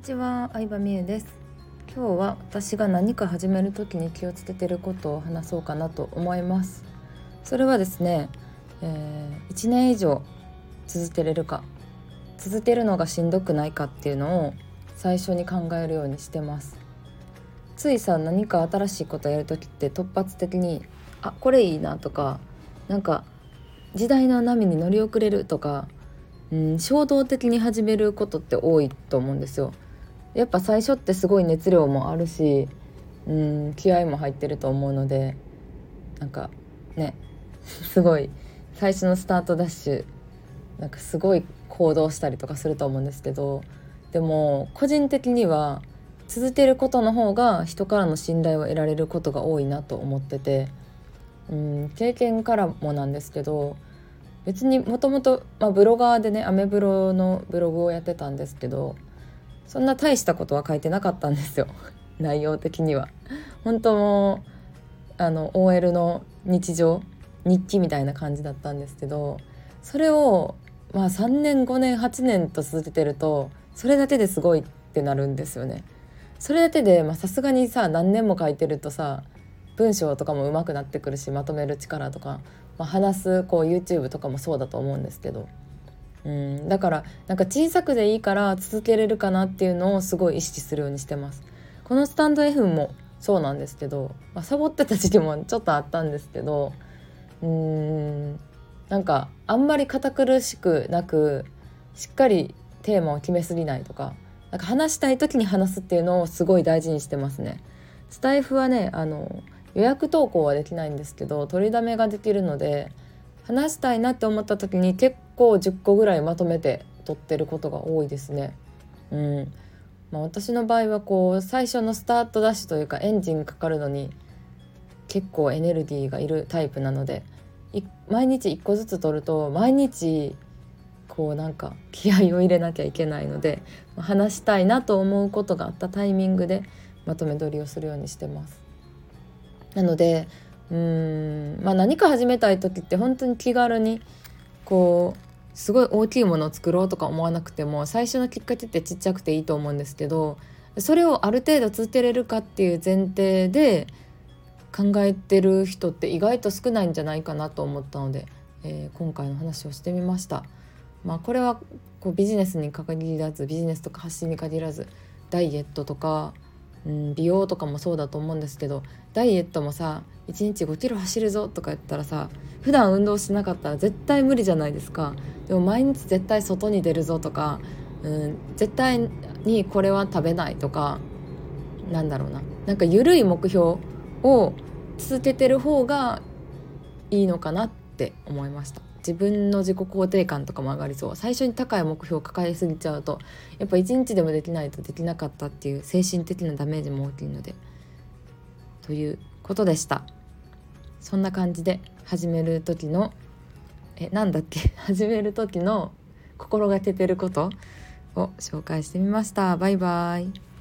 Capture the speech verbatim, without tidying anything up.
ちは、相葉美優です。今日は私が何か始めるときに気をつけてることを話そうかなと思います。それはですね、えー、いちねん以上続けれるか、続けるのがしんどくないかっていうのを最初に考えるようにしてます。ついさ、何か新しいことやるときって突発的にあ、これいいなとか、なんか時代の波に乗り遅れるとか、うん、衝動的に始めることって多いと思うんですよ。やっぱ最初ってすごい熱量もあるし、うん、気合も入ってると思うので、なんかねすごい最初のスタートダッシュ、なんかすごい行動したりとかすると思うんですけど、でも個人的には続けることの方が人からの信頼を得られることが多いなと思ってて、うん、経験からもなんですけど、別にもともとブロガーでね、アメブロのブログをやってたんですけど、そんな大したことは書いてなかったんですよ内容的には本当もうあの オーエル の日常日記みたいな感じだったんですけど、それをまあさんねんごねんはちねんと続けてると、それだけですごいってなるんですよね。それだけでさすがにさ、何年も書いてるとさ、文章とかも上手くなってくるし、まとめる力とか、まあ、話すこう YouTube とかもそうだと思うんですけど、うん、だからなんか小さくでいいから続けれるかなっていうのをすごい意識するようにしてます。このスタンド エフエム もそうなんですけど、まあ、サボってた時期もちょっとあったんですけど、うーんなんかあんまり堅苦しくなく、しっかりテーマを決めすぎないとか、なんか話したい時に話すっていうのをすごい大事にしてますね。スタイフはね、あの予約投稿はできないんですけど、取りだめができるので、話したいなって思った時に結構じゅっこぐらいまとめて撮ってることが多いですね。うんまあ、私の場合はこう最初のスタートダッシュというかエンジンかかるのに結構エネルギーがいるタイプなので、い毎日いっこずつ撮ると毎日こうなんか気合を入れなきゃいけないので、話したいなと思うことがあったタイミングでまとめ撮りをするようにしてます。なのでうーん、まあ、何か始めたい時って本当に気軽にこうすごい大きいものを作ろうとか思わなくても、最初のきっかけってちっちゃくていいと思うんですけど、それをある程度続けれるかっていう前提で考えてる人って意外と少ないんじゃないかなと思ったので、えー今回の話をしてみました。まあ、これはこうビジネスに限らず、ビジネスとか発信に限らず、ダイエットとか、うん、美容とかもそうだと思うんですけど、ダイエットもさ、いちにちごキロ走るぞとか言ったらさ、普段運動しなかったら絶対無理じゃないですか。でも毎日絶対外に出るぞとか、うん、絶対にこれは食べないとか、なんだろうな、なんか緩い目標を続けてる方がいいのかなって思いました。自分の自己肯定感とかも上がりそう。最初に高い目標を抱えすぎちゃうと、やっぱ一日でもできないとできなかったっていう精神的なダメージも大きいので、ということでした。そんな感じで始める時のえなんだっけ始める時の心がけてることを紹介してみました。バイバイ。